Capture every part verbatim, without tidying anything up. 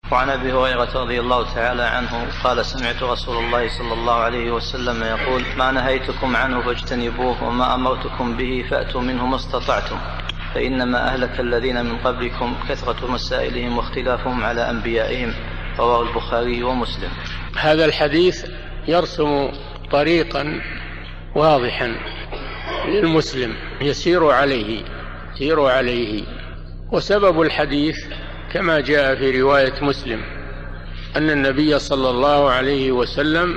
وعن أبي هريرة رضي الله تعالى عنه قال سمعت رسول الله صلى الله عليه وسلم يقول ما نهيتكم عنه فاجتنبوه وما أمرتكم به فأتوا منه ما استطعتم فإنما أهلك الذين من قبلكم كثرة مسائلهم واختلافهم على أنبيائهم. رواه البخاري ومسلم. هذا الحديث يرسم طريقا واضحا للمسلم يسير عليه يسير عليه وسبب الحديث كما جاء في رواية مسلم أن النبي صلى الله عليه وسلم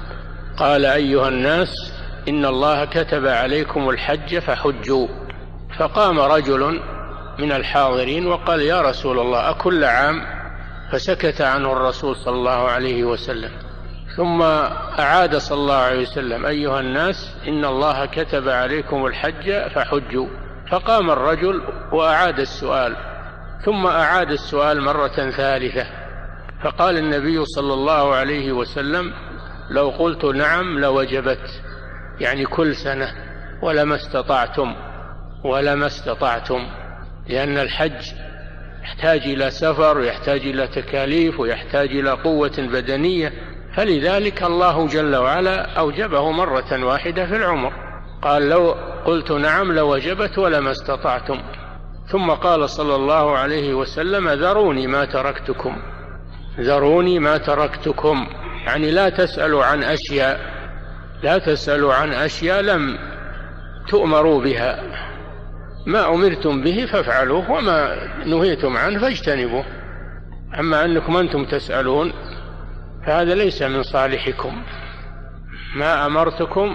قال أيها الناس إن الله كتب عليكم الحج فحجوا. فقام رجل من الحاضرين وقال يا رسول الله أكل عام؟ فسكت عنه الرسول صلى الله عليه وسلم، ثم أعاد صلى الله عليه وسلم أيها الناس إن الله كتب عليكم الحج فحجوا. فقام الرجل وأعاد السؤال، ثم أعاد السؤال مرة ثالثة. فقال النبي صلى الله عليه وسلم لو قلت نعم لوجبت، يعني كل سنة، ولما استطعتم ولما استطعتم لأن الحج يحتاج إلى سفر ويحتاج إلى تكاليف ويحتاج إلى قوة بدنية، فلذلك الله جل وعلا أوجبه مرة واحدة في العمر. قال لو قلت نعم لوجبت ولما استطعتم. ثم قال صلى الله عليه وسلم ذروني ما تركتكم ذروني ما تركتكم، يعني لا تسألوا عن أشياء لا تسألوا عن أشياء لم تؤمروا بها، ما أمرتم به فافعلوه وما نهيتم عنه فاجتنبوه. أما أنكم أنتم تسألون فهذا ليس من صالحكم. ما أمرتكم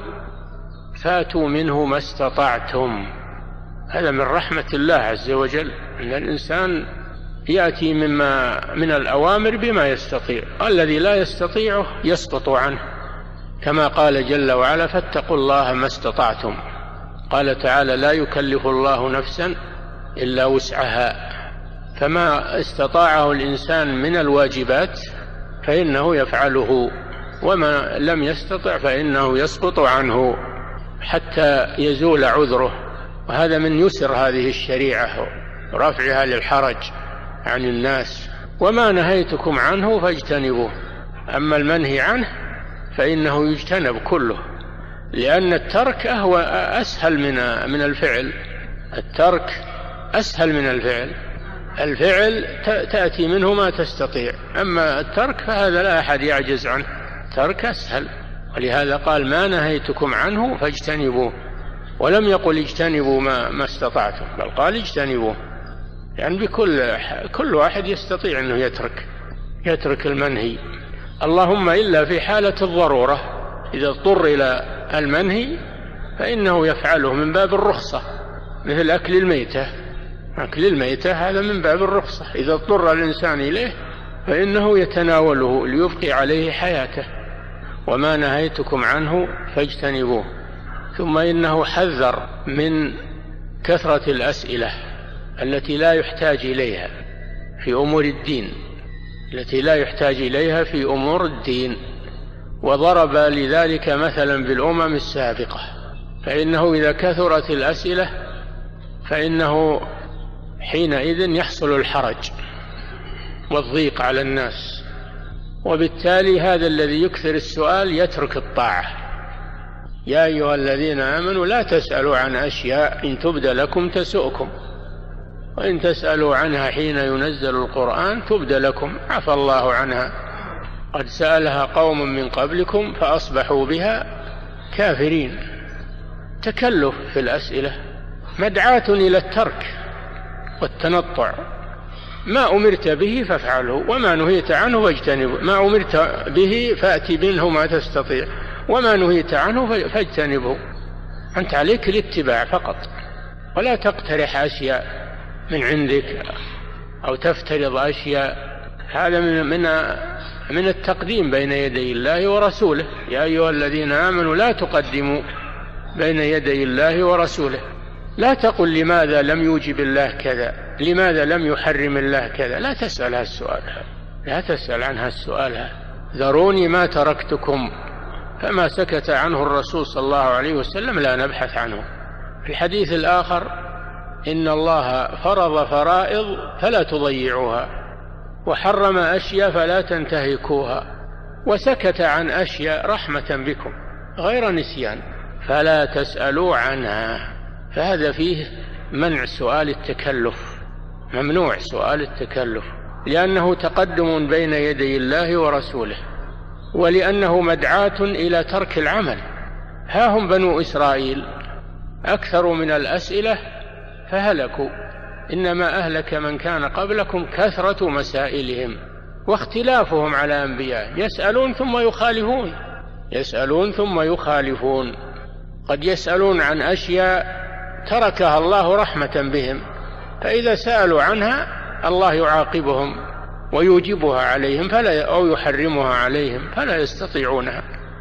فاتوا منه ما استطعتم. هذا من رحمة الله عز وجل أن الإنسان يأتي مما من الأوامر بما يستطيع، الذي لا يستطيعه يسقط عنه، كما قال جل وعلا فاتقوا الله ما استطعتم. قال تعالى لا يكلف الله نفسا إلا وسعها، فما استطاعه الإنسان من الواجبات فإنه يفعله، وما لم يستطع فإنه يسقط عنه حتى يزول عذره. وهذا من يسر هذه الشريعة ورفعها للحرج عن الناس. وما نهيتكم عنه فاجتنبوه. أما المنهي عنه فإنه يجتنب كله، لأن الترك هو أسهل من من الفعل. الترك أسهل من الفعل. الفعل تأتي منه ما تستطيع، أما الترك فهذا لا أحد يعجز عنه. الترك أسهل، ولهذا قال ما نهيتكم عنه فاجتنبوه، ولم يقل اجتنبوا ما, ما استطعتم، بل قال اجتنبوه، يعني بكل كل واحد يستطيع أنه يترك يترك المنهي، اللهم إلا في حالة الضرورة. إذا اضطر إلى المنهي فإنه يفعله من باب الرخصة، مثل أكل الميتة. أكل الميتة هذا من باب الرخصة، إذا اضطر الإنسان إليه فإنه يتناوله ليبقي عليه حياته. وما نهيتكم عنه فاجتنبوه. ثم إنه حذر من كثرة الأسئلة التي لا يحتاج إليها في أمور الدين التي لا يحتاج إليها في أمور الدين وضرب لذلك مثلا بالأمم السابقة، فإنه إذا كثرت الأسئلة فإنه حينئذ يحصل الحرج والضيق على الناس، وبالتالي هذا الذي يكثر السؤال يترك الطاعة. يا أيها الذين آمنوا لا تسألوا عن أشياء إن تبد لكم تسؤكم، وإن تسألوا عنها حين ينزل القرآن تبد لكم عفى الله عنها، قد سألها قوم من قبلكم فأصبحوا بها كافرين. تكلف في الأسئلة مدعاة إلى الترك والتنطع. ما أمرت به فافعله، وما نهيت عنه فاجتنبه. ما أمرت به فأتي منه ما تستطيع، وما نهيت عنه فاجتنبه. أنت عليك الاتباع فقط، ولا تقترح أشياء من عندك أو تفترض أشياء. هذا من من من التقديم بين يدي الله ورسوله. يا أيها الذين آمنوا لا تقدموا بين يدي الله ورسوله. لا تقل لماذا لم يوجب الله كذا، لماذا لم يحرم الله كذا، لا تسأل هالسؤال، لا تسأل عنها السؤال. ذروني ما تركتكم، فما سكت عنه الرسول صلى الله عليه وسلم لا نبحث عنه. في الحديث الآخر إن الله فرض فرائض فلا تضيعوها. وحرم أشياء فلا تنتهكوها، وسكت عن أشياء رحمة بكم غير نسيان فلا تسألوا عنها. فهذا فيه منع سؤال التكلف، ممنوع سؤال التكلف، لأنه تقدم بين يدي الله ورسوله، ولأنه مدعاة إلى ترك العمل. ها هم بنو إسرائيل أكثر من الأسئلة فهلكوا، إنما أهلك من كان قبلكم كثرة مسائلهم واختلافهم على أنبياء، يسألون ثم يخالفون، يسألون ثم يخالفون. قد يسألون عن أشياء تركها الله رحمة بهم، فإذا سألوا عنها الله يعاقبهم ويوجبها عليهم فلا أو يحرمها عليهم فلا يستطيعونها.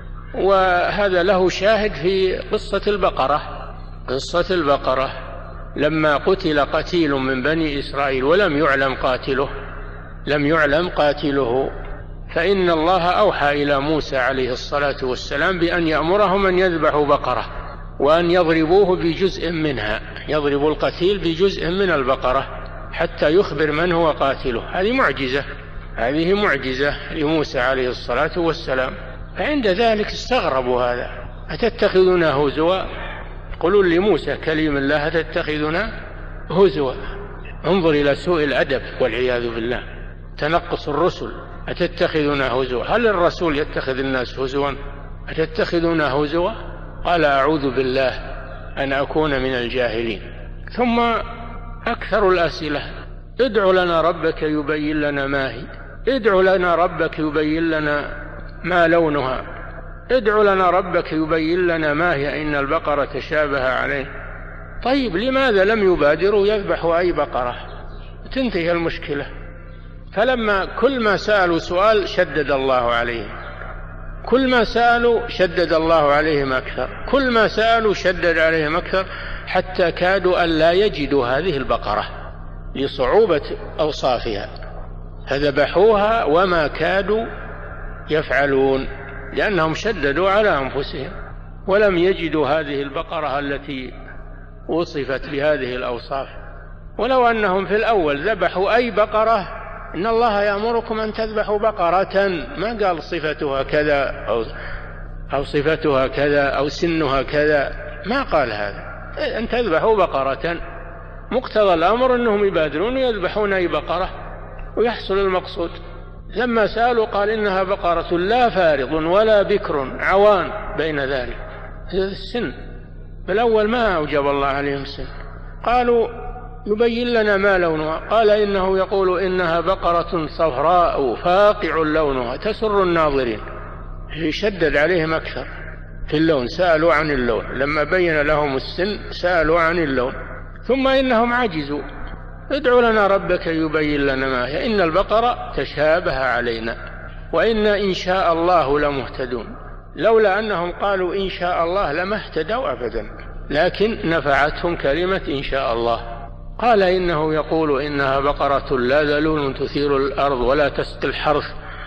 وهذا له شاهد في قصة البقرة. قصة البقرة لما قتل قتيل من بني إسرائيل ولم يعلم قاتله لم يعلم قاتله فإن الله أوحى إلى موسى عليه الصلاة والسلام بأن يأمرهم أن يذبحوا بقرة وأن يضربوه بجزء منها، يضرب القتيل بجزء من البقرة حتى يخبر من هو قاتله. هذه معجزة، هذه معجزة لموسى عليه الصلاة والسلام. فعند ذلك استغربوا هذا، أتتخذنا هزوا؟ قلوا لموسى كليم الله أتتخذنا هزوا؟ انظر إلى سوء الأدب والعياذ بالله، تنقص الرسل. أتتخذنا هزوا؟ هل الرسول يتخذ الناس هزوا؟ أتتخذنا هزوا؟ قال أعوذ بالله أن أكون من الجاهلين. ثم أكثر الأسئلة، ادع لنا ربك يبين لنا ما هي، ادع لنا ربك يبين لنا ما لونها، ادع لنا ربك يبين لنا ما هي إن البقرة تشابه عليه. طيب لماذا لم يبادروا يذبحوا أي بقرة تنتهي المشكلة؟ فلما كل ما سألوا سؤال شدد الله عليهم، كل ما سألوا شدد الله عليهم أكثر، كل ما سألوا شدد عليهم أكثر، حتى كادوا أن لا يجدوا هذه البقرة لصعوبة أوصافها، فذبحوها وما كادوا يفعلون، لأنهم شددوا على أنفسهم ولم يجدوا هذه البقرة التي وصفت بهذه الأوصاف. ولو أنهم في الأول ذبحوا أي بقرة، إن الله يأمركم أن تذبحوا بقرة، ما قال صفتها كذا أو, أو صفتها كذا أو سنها كذا، ما قال هذا، أن تذبحوا بقرة. مقتضى الأمر أنهم يبادرون ويذبحون أي بقرة ويحصل المقصود. لما سألوا قال إنها بقرة لا فارض ولا بكر عوان بين ذلك، هذا السن. بالأول ما أوجب الله عليهم السن. قالوا يبين لنا ما لونها، قال إنه يقول إنها بقرة صفراء فاقع لونها تسر الناظرين. يشدد عليهم أكثر في اللون، سألوا عن اللون، لما بين لهم السن سألوا عن اللون. ثم إنهم عجزوا، ادعوا لنا ربك يبين لنا ما هي إن البقرة تشابه علينا وإنا إن شاء الله لمهتدون. لولا أنهم قالوا إن شاء الله لما اهتدوا أبدا، لكن نفعتهم كلمة إن شاء الله. قال إنه يقول إنها بقرة لا ذلول تثير الأرض ولا تسقي الحرث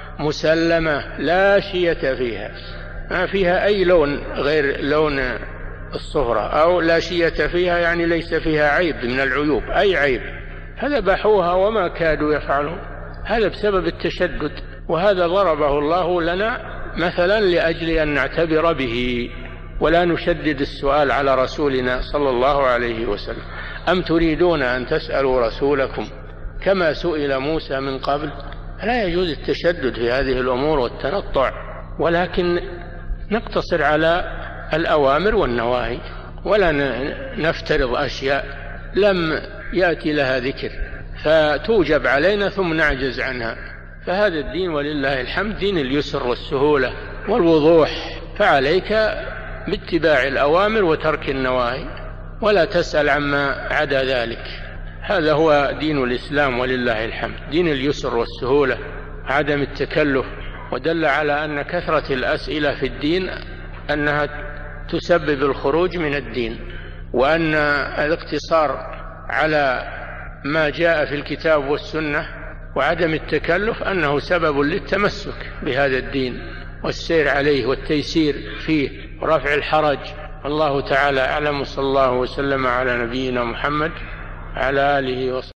مسلمة لا شية فيها، ما فيها أي لون غير لون الصفرة، أو لا شية فيها يعني ليس فيها عيب من العيوب أي عيب، فذبحوها وما كادوا يفعلون. هذا بسبب التشدد، وهذا ضربه الله لنا مثلا لأجل أن نعتبر به ولا نشدد السؤال على رسولنا صلى الله عليه وسلم. أم تريدون أن تسألوا رسولكم كما سئل موسى من قبل؟ لا يجوز التشدد في هذه الأمور والتنطع، ولكن نقتصر على الأوامر والنواهي ولا نفترض أشياء لم يأتي لها ذكر فتوجب علينا ثم نعجز عنها. فهذا الدين ولله الحمد دين اليسر والسهولة والوضوح، فعليك باتباع الأوامر وترك النواهي ولا تسأل عما عدا ذلك. هذا هو دين الإسلام ولله الحمد، دين اليسر والسهولة، عدم التكلف. ودل على أن كثرة الأسئلة في الدين أنها تسبب الخروج من الدين، وأن الاقتصار على ما جاء في الكتاب والسنة وعدم التكلف أنه سبب للتمسك بهذا الدين والسير عليه والتيسير فيه ورفع الحرج. الله تعالى أعلم، صلى الله وسلم على نبينا محمد على آله وصحبه.